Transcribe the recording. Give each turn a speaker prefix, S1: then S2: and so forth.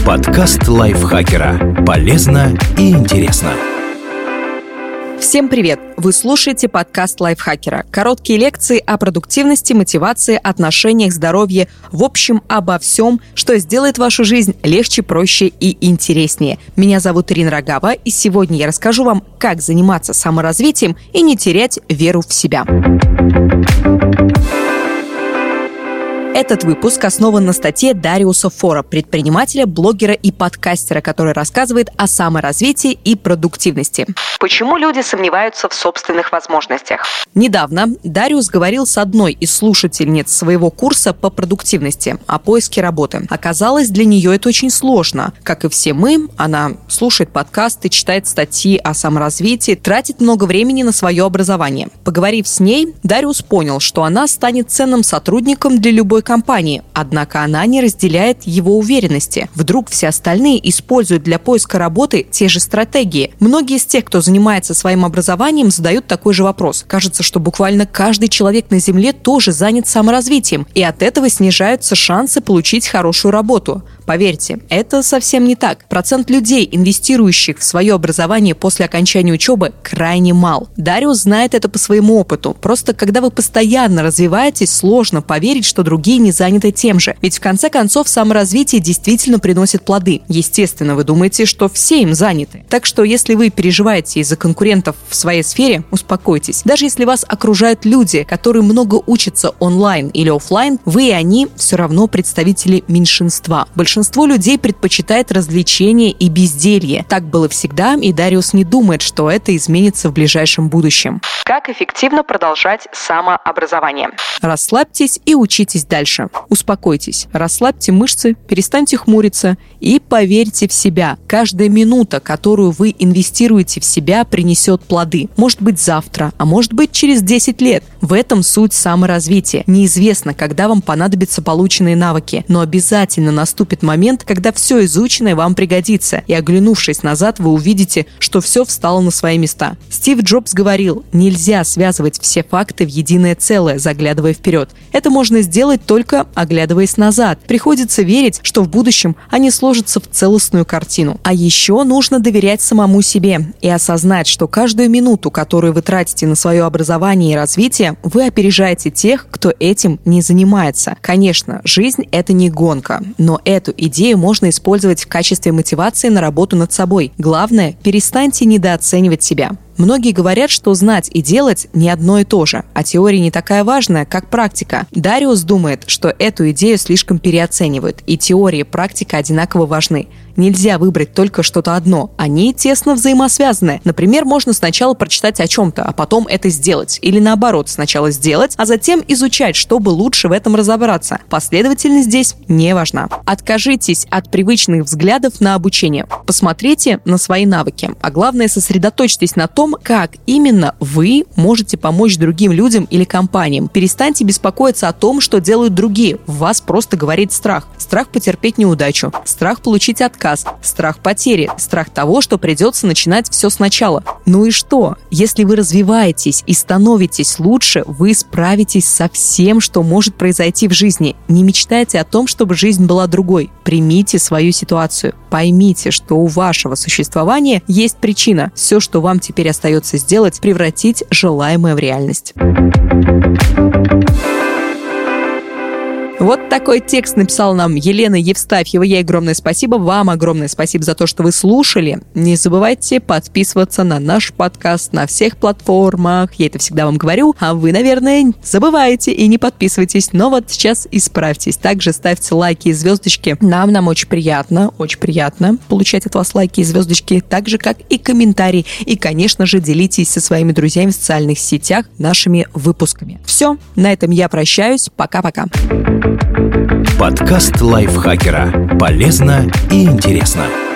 S1: Подкаст лайфхакера. Полезно и интересно.
S2: Всем привет! Вы слушаете подкаст лайфхакера. Короткие лекции о продуктивности, мотивации, отношениях, здоровье. В общем, обо всем, что сделает вашу жизнь легче, проще и интереснее. Меня зовут Ирина Рогава, и сегодня я расскажу вам, как заниматься саморазвитием и не терять веру в себя. Этот выпуск основан на статье Дариуса Фора, предпринимателя, блогера и подкастера, который рассказывает о саморазвитии и продуктивности. Почему люди сомневаются в собственных возможностях? Недавно Дариус говорил с одной из слушательниц своего курса по продуктивности о поиске работы. Оказалось, для нее это очень сложно. Как и все мы, она слушает подкасты, читает статьи о саморазвитии, тратит много времени на свое образование. Поговорив с ней, Дариус понял, что она станет ценным сотрудником для любой компании, однако она не разделяет его уверенности. Вдруг все остальные используют для поиска работы те же стратегии. Многие из тех, кто занимается своим образованием, задают такой же вопрос. Кажется, что буквально каждый человек на Земле тоже занят саморазвитием, и от этого снижаются шансы получить хорошую работу. Поверьте, это совсем не так. Процент людей, инвестирующих в свое образование после окончания учебы, крайне мал. Дариус знает это по своему опыту. Просто когда вы постоянно развиваетесь, сложно поверить, что другие не заняты тем же. Ведь в конце концов саморазвитие действительно приносит плоды. Естественно, вы думаете, что все им заняты. Так что если вы переживаете из-за конкурентов в своей сфере, успокойтесь. Даже если вас окружают люди, которые много учатся онлайн или офлайн, вы и они все равно представители меньшинства. Большинство людей предпочитает развлечения и безделье. Так было всегда, и Дариус не думает, что это изменится в ближайшем будущем. Как эффективно продолжать самообразование? Расслабьтесь и учитесь дальше. Успокойтесь, расслабьте мышцы, перестаньте хмуриться и поверьте в себя. Каждая минута, которую вы инвестируете в себя, принесет плоды. Может быть завтра, а может быть через 10 лет. В этом суть саморазвития. Неизвестно, когда вам понадобятся полученные навыки, но обязательно наступит момент, когда все изученное вам пригодится, и оглянувшись назад, вы увидите, что все встало на свои места. Стив Джобс говорил: нельзя связывать все факты в единое целое, заглядывая вперед. Это можно сделать только оглядываясь назад. Приходится верить, что в будущем они сложатся в целостную картину. А еще нужно доверять самому себе и осознать, что каждую минуту, которую вы тратите на свое образование и развитие, вы опережаете тех, кто этим не занимается. Конечно, жизнь – это не гонка, но эту идею можно использовать в качестве мотивации на работу над собой. Главное, перестаньте недооценивать себя. Многие говорят, что знать и делать не одно и то же, а теория не такая важная, как практика. Дариус думает, что эту идею слишком переоценивают, и теория и практика одинаково важны. Нельзя выбрать только что-то одно. Они тесно взаимосвязаны. Например, можно сначала прочитать о чем-то, а потом это сделать. Или наоборот, сначала сделать, а затем изучать, чтобы лучше в этом разобраться. Последовательность здесь не важна. Откажитесь от привычных взглядов на обучение. Посмотрите на свои навыки. А главное, сосредоточьтесь на том, как именно вы можете помочь другим людям или компаниям. Перестаньте беспокоиться о том, что делают другие. В вас просто говорит страх. Страх потерпеть неудачу. Страх получить отказ. Страх потери, страх того, что придется начинать все сначала. Ну и что? Если вы развиваетесь и становитесь лучше, вы справитесь со всем, что может произойти в жизни. Не мечтайте о том, чтобы жизнь была другой. Примите свою ситуацию. Поймите, что у вашего существования есть причина. Все, что вам теперь остается сделать, превратить желаемое в реальность. Вот такой текст написала нам Елена Евстафьева. Ей огромное спасибо. Вам огромное спасибо за то, что вы слушали. Не забывайте подписываться на наш подкаст на всех платформах. Я это всегда вам говорю, а вы, наверное, забываете и не подписываетесь. Но вот сейчас исправьтесь. Также ставьте лайки и звездочки. Нам очень приятно получать от вас лайки и звездочки, так же, как и комментарии. И, конечно же, делитесь со своими друзьями в социальных сетях нашими выпусками. Все, на этом я прощаюсь. Пока-пока.
S1: Подкаст лайфхакера. Полезно и интересно.